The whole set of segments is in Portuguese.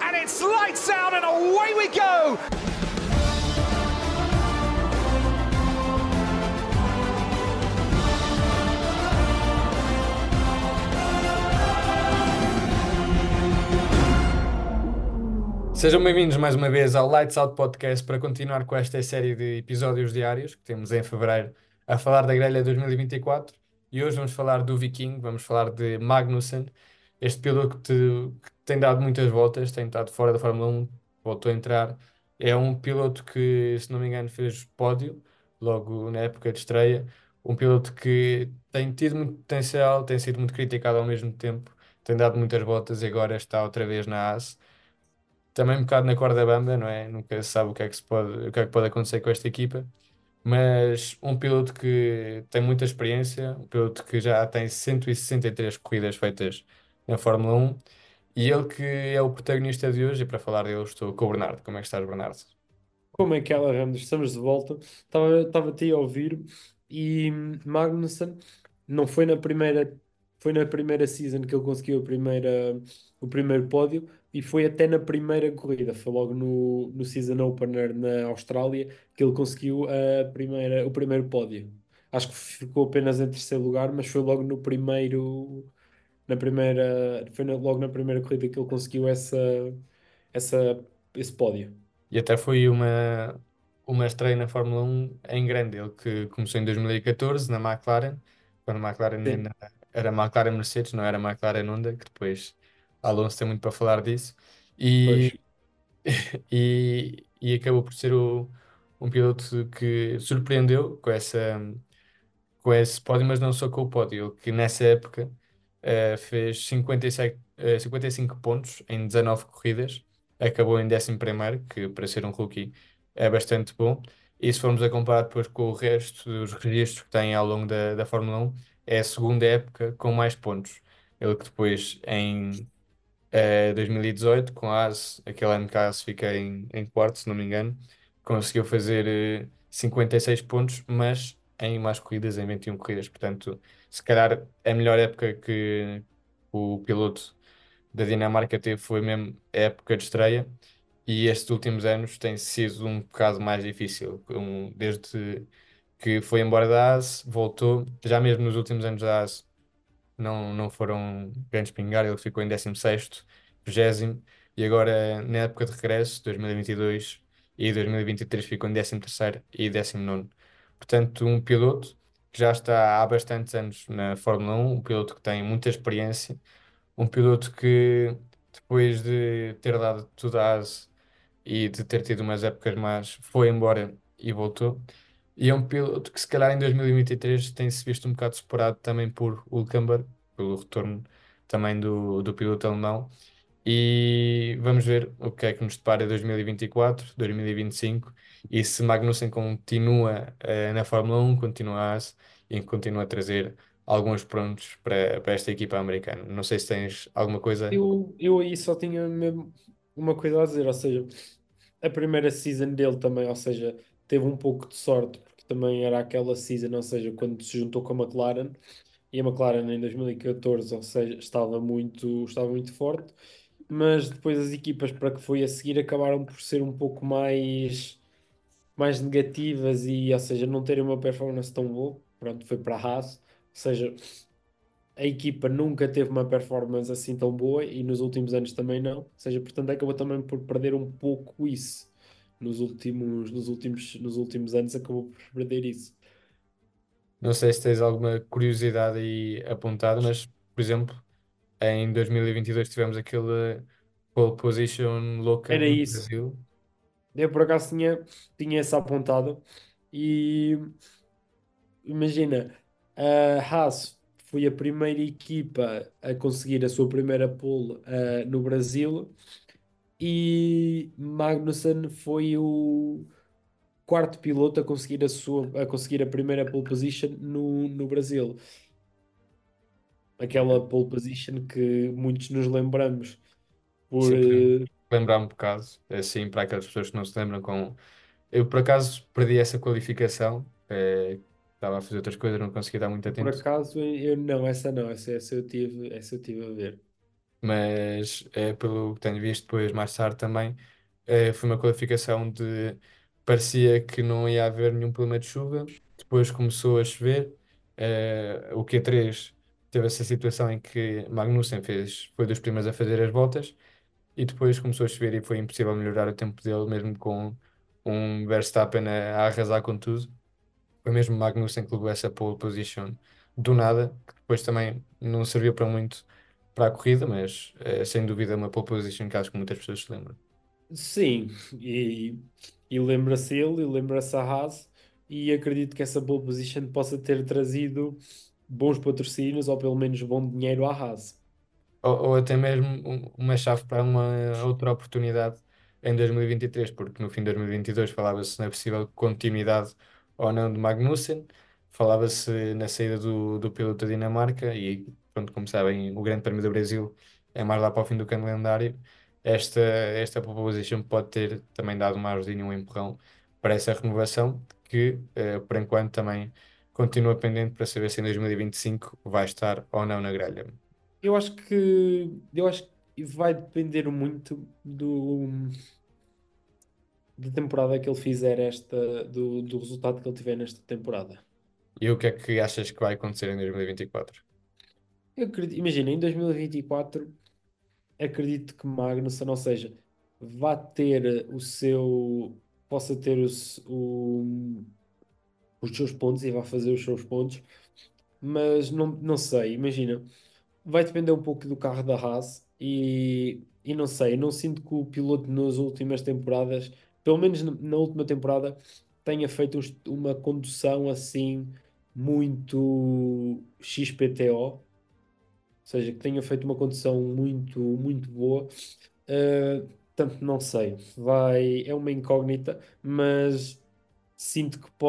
and it's lights out and away we go! Sejam bem-vindos mais uma vez ao Lights Out Podcast para continuar com esta série de episódios diários que temos em fevereiro a falar da grelha 2024 e hoje vamos falar do Viking, vamos falar de Magnussen, este piloto que tem dado muitas voltas, tem estado fora da Fórmula 1, voltou a entrar, é um piloto que, se não me engano, fez pódio logo na época de estreia, um piloto que tem tido muito potencial, tem sido muito criticado ao mesmo tempo, tem dado muitas voltas e agora está outra vez na AS também um bocado na corda bamba, não é? Nunca se sabe o que é que pode acontecer com esta equipa, mas um piloto que tem muita experiência, um piloto que já tem 163 corridas feitas na Fórmula 1 e ele que é o protagonista de hoje, e para falar dele estou com o Bernardo. Como é que estás, Bernardo? Como é que ela, Ramos? Estamos de volta. Estava-te a ouvir e Magnussen não foi na primeira season que ele conseguiu o primeiro pódio e foi até na primeira corrida. Foi logo no Season Opener na Austrália que ele conseguiu o primeiro pódio. Acho que ficou apenas em terceiro lugar, mas foi logo no primeiro, logo na primeira corrida que ele conseguiu essa, esse pódio. E até foi uma estreia na Fórmula 1 em grande, ele que começou em 2014 na McLaren, quando a McLaren Sim, ainda era McLaren Mercedes, não era McLaren Honda, que depois Alonso tem muito para falar disso. pois. E e acabou por ser um piloto que surpreendeu com esse pódio, mas não só com o pódio, ele que nessa época fez 55 pontos em 19 corridas, acabou em 11º, que para ser um rookie é bastante bom. E se formos a comparar depois com o resto dos registros que tem ao longo da Fórmula 1, é a segunda época com mais pontos. Ele que depois em 2018, com a AS, aquele ano que a AS fica em quarto, se não me engano, conseguiu fazer 56 pontos, mas em mais corridas, em 21 corridas. Portanto, se calhar a melhor época que o piloto da Dinamarca teve foi mesmo a época de estreia. E estes últimos anos tem sido um bocado mais difícil. Desde que foi embora da AS, voltou. Já mesmo nos últimos anos da AS, não foram grandes pingar, ele ficou em 16º, 20º, e agora na época de regresso, 2022 e 2023, ficou em 13º e 19º. Portanto, um piloto que já está há bastantes anos na Fórmula 1, um piloto que tem muita experiência, um piloto que depois de ter dado tudo à asa e de ter tido umas épocas más, foi embora e voltou. E é um piloto que, se calhar, em 2023 tem-se visto um bocado superado também por Hülkenberg, pelo retorno também do piloto alemão. E vamos ver o que é que nos depara 2024, 2025 e se Magnussen continua na Fórmula 1, continua a AS e continua a trazer alguns pontos para esta equipa americana. Não sei se tens alguma coisa. Eu aí só tinha mesmo uma coisa a dizer, ou seja, a primeira season dele também, ou seja, teve um pouco de sorte, porque também era aquela season, ou seja, quando se juntou com a McLaren, e a McLaren em 2014, ou seja, estava muito forte, mas depois as equipas para que foi a seguir acabaram por ser um pouco mais negativas e, ou seja, não terem uma performance tão boa. Pronto, foi para a Haas, ou seja, a equipa nunca teve uma performance assim tão boa e nos últimos anos também não. Ou seja, portanto, acabou também por perder um pouco isso. Nos últimos anos acabou por perder isso. Não sei se tens alguma curiosidade aí apontada, mas, por exemplo, em 2022 tivemos aquele pole position louca Era no isso. Brasil. Eu por acaso tinha essa apontada e imagina, a Haas foi a primeira equipa a conseguir a sua primeira pole no Brasil e Magnussen foi o quarto piloto a conseguir a primeira pole position no Brasil. Aquela pole position que muitos nos lembramos por Sim, lembrar um bocado, assim, para aquelas pessoas que não se lembram com. Eu, por acaso, perdi essa qualificação, estava a fazer outras coisas, não consegui dar muito por atento. acaso eu não, essa não, essa eu tive a ver. mas pelo que tenho visto depois mais tarde também, foi uma qualificação de parecia que não ia haver nenhum problema de chuva, depois começou a chover, o Q3 teve essa situação em que Magnussen foi dos primeiros a fazer as voltas e depois começou a chover e foi impossível melhorar o tempo dele, mesmo com um Verstappen a arrasar com tudo. Foi mesmo Magnussen que levou essa pole position do nada, que depois também não serviu para muito para a corrida, mas sem dúvida uma pole position que acho que muitas pessoas se lembram. Sim, e lembra-se ele, e lembra-se a Haas, e acredito que essa pole position possa ter trazido bons patrocínios ou pelo menos bom dinheiro à Haas. Ou até mesmo uma chave para uma outra oportunidade em 2023, porque no fim de 2022 falava-se na possível continuidade ou não de Magnussen, falava-se na saída do piloto da Dinamarca e, pronto, como sabem, o Grande Prémio do Brasil é mais lá para o fim do calendário. Esta pole position pode ter também dado uma ajudinha, um empurrão para essa renovação, que por enquanto também continua pendente para saber se em 2025 vai estar ou não na grelha. Eu acho que vai depender muito da temporada que ele fizer do resultado que ele tiver nesta temporada. E o que é que achas que vai acontecer em 2024? Imagina, em 2024, acredito que Magnussen, ou seja, vá ter possa ter os seus pontos e vá fazer os seus pontos, mas não sei, imagina, vai depender um pouco do carro da Haas e não sei, não sinto que o piloto nas últimas temporadas, pelo menos na última temporada, tenha feito uma condução assim muito XPTO, seja, que tenha feito uma condução muito boa. Portanto, não sei, é uma incógnita, mas sinto que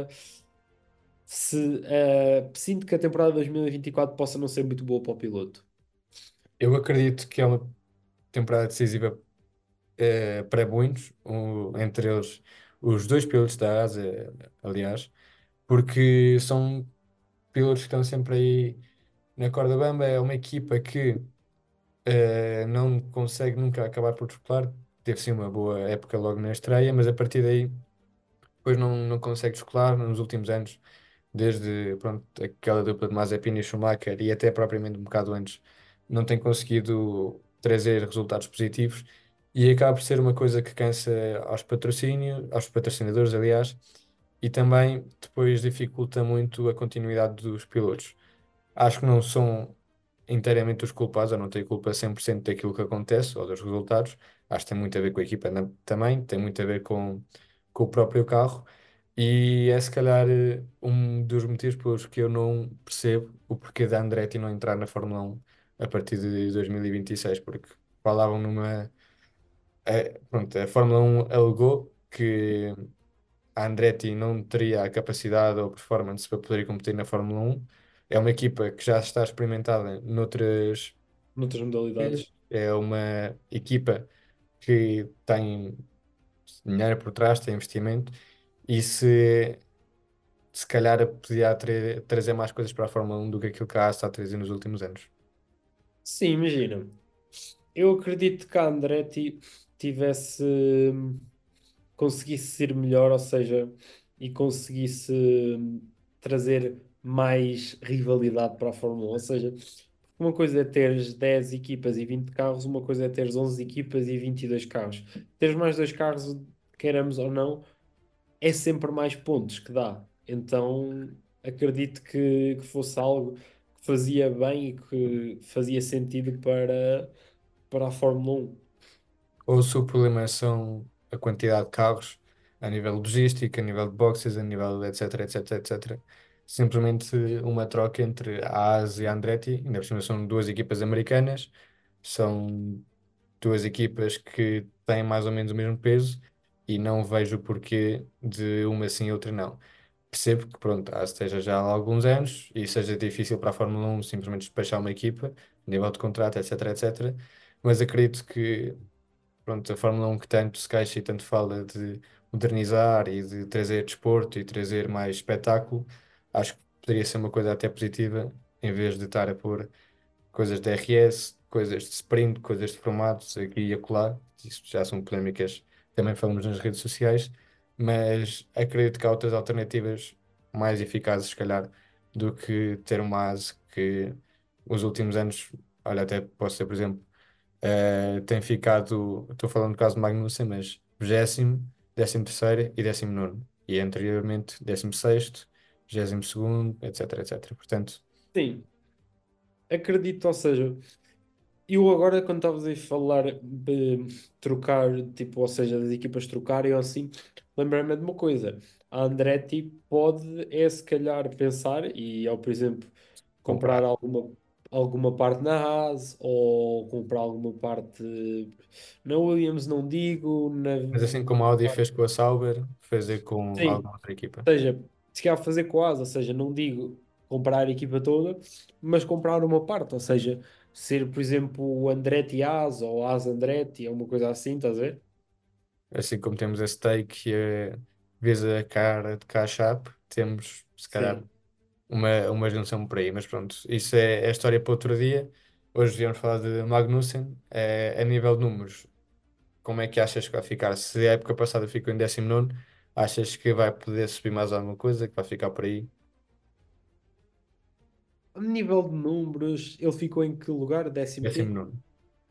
sinto que a temporada 2024 possa não ser muito boa para o piloto. Eu acredito que é uma temporada decisiva para muitos, entre eles os dois pilotos da ASA, aliás, porque são pilotos que estão sempre aí na corda bamba. É uma equipa que não consegue nunca acabar por descolar. Teve sim uma boa época logo na estreia, mas a partir daí depois não consegue descolar nos últimos anos. Desde pronto, aquela dupla de Mazepin e Schumacher e até propriamente um bocado antes, não tem conseguido trazer resultados positivos e acaba por ser uma coisa que cansa aos patrocinadores, aliás, e também depois dificulta muito a continuidade dos pilotos. Acho que não são inteiramente os culpados, ou não têm culpa 100% daquilo que acontece ou dos resultados. Acho que tem muito a ver com a equipa também, tem muito a ver com o próprio carro. E é se calhar um dos motivos pelos que eu não percebo o porquê da Andretti não entrar na Fórmula 1 a partir de 2026, porque falavam pronto, a Fórmula 1 alegou que a Andretti não teria a capacidade ou performance para poder competir na Fórmula 1. É uma equipa que já está experimentada noutras. Noutras modalidades. É uma equipa que tem dinheiro por trás, tem investimento, e se calhar podia trazer mais coisas para a Fórmula 1 do que aquilo que a Haas está a trazer nos últimos anos. Sim, imagina. Eu acredito que a Andretti tivesse conseguisse ser melhor, ou seja, e conseguisse trazer mais rivalidade para a Fórmula 1. Ou seja, uma coisa é teres 10 equipas e 20 carros, uma coisa é teres 11 equipas e 22 carros. Teres mais dois carros, queiramos ou não, é sempre mais pontos que dá. Então acredito que fosse algo que fazia bem e que fazia sentido para a Fórmula 1. Ou se o problema são a quantidade de carros, a nível logístico, a nível de boxes, a nível etc, etc, etc. Simplesmente uma troca entre a Haas e a Andretti, ainda por cima são duas equipas americanas, são duas equipas que têm mais ou menos o mesmo peso e não vejo o porquê de uma sim e outra não. Percebo que pronto, esteja já há alguns anos e seja difícil para a Fórmula 1 simplesmente despachar uma equipa, nível de contrato, etc, etc. Mas acredito que pronto, a Fórmula 1 que tanto se queixa e tanto fala de modernizar e de trazer desporto e trazer mais espetáculo, acho que poderia ser uma coisa até positiva, em vez de estar a pôr coisas de DRS, coisas de sprint, coisas de formatos aqui e acolá. Isso já são polémicas, também falamos nas redes sociais, mas acredito que há outras alternativas mais eficazes, se calhar, do que ter uma ASE que os últimos anos, olha, até posso ser, por exemplo, tem ficado, estou falando do caso de Magnussen, mas 20º, 13º e 19º. E anteriormente 16º, 22º, etc, etc. Portanto, Sim, acredito, ou seja, eu agora quando estavas a falar de trocar, tipo, ou seja, das equipas trocarem ou assim, lembrei-me de uma coisa. A Andretti pode, é se calhar, pensar, e ao, por exemplo, comprar comprar. alguma parte na Haas, ou comprar alguma parte na Williams, não digo, na... Mas assim como a Audi fez com a Sauber, fazer com Sim, alguma outra equipa. ou seja, se calhar fazer quase, ou seja, não digo comprar a equipa toda, mas comprar uma parte, ou seja, ser, por exemplo, o Andretti As ou As Andretti, é uma coisa assim, estás a ver? Assim como temos a Stake e a Visa cara de Cash App, temos se calhar Sim. uma junção por aí. Mas pronto, isso é história para outro dia. Hoje viemos falar de Magnussen. A nível de números, como é que achas que vai ficar? Se a época passada ficou em 19º, achas que vai poder subir mais alguma coisa, que vai ficar por aí? A nível de números, ele ficou em que lugar? Décimo quê? 19º.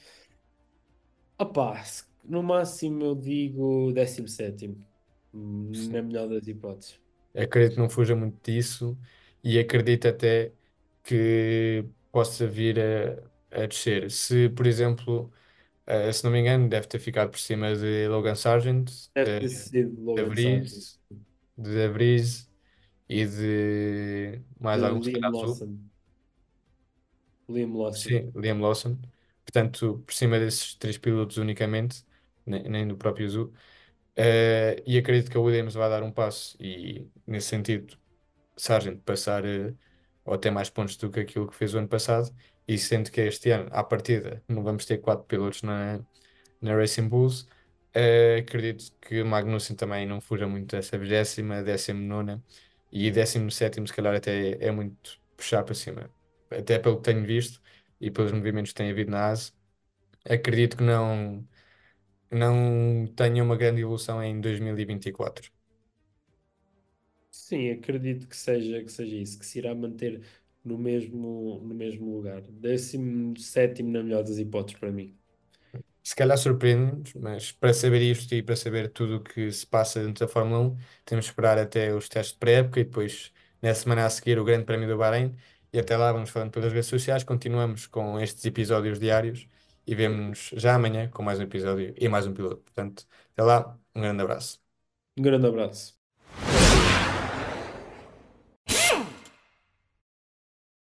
Opá, no máximo eu digo 17º, na melhor das hipóteses. Acredito que não fuja muito disso e acredito até que possa vir a descer. Se, por exemplo, se não me engano, deve ter ficado por cima de Logan Sargent, Deve ter sido de Logan Sargent, Vries, de Vries e de mais de alguns, se Liam calhar, azul. Lawson. Liam Lawson. Sim, Liam Lawson. Portanto, por cima desses três pilotos unicamente, nem do próprio Azul. E acredito que a Williams vai dar um passo e, nesse sentido, Sargent passar ou até mais pontos do que aquilo que fez o ano passado. E sendo que este ano, à partida, não vamos ter quatro pilotos na Racing Bulls, acredito que Magnussen também não fuja muito dessa 20ª, 19ª e 17º, se calhar até é muito puxar para cima. Até pelo que tenho visto e pelos movimentos que tem havido na ASE, acredito que não tenha uma grande evolução em 2024. Sim, acredito que seja isso, que se irá manter no mesmo lugar. 17º na melhor das hipóteses para mim. Se calhar surpreende-nos, mas para saber isto e para saber tudo o que se passa dentro da Fórmula 1, temos de esperar até os testes de pré-época e depois, na semana a seguir, o Grande Prémio do Bahrein. E até lá vamos falando pelas redes sociais, continuamos com estes episódios diários e vemo-nos já amanhã com mais um episódio e mais um piloto. Portanto, até lá, um grande abraço. Um grande abraço.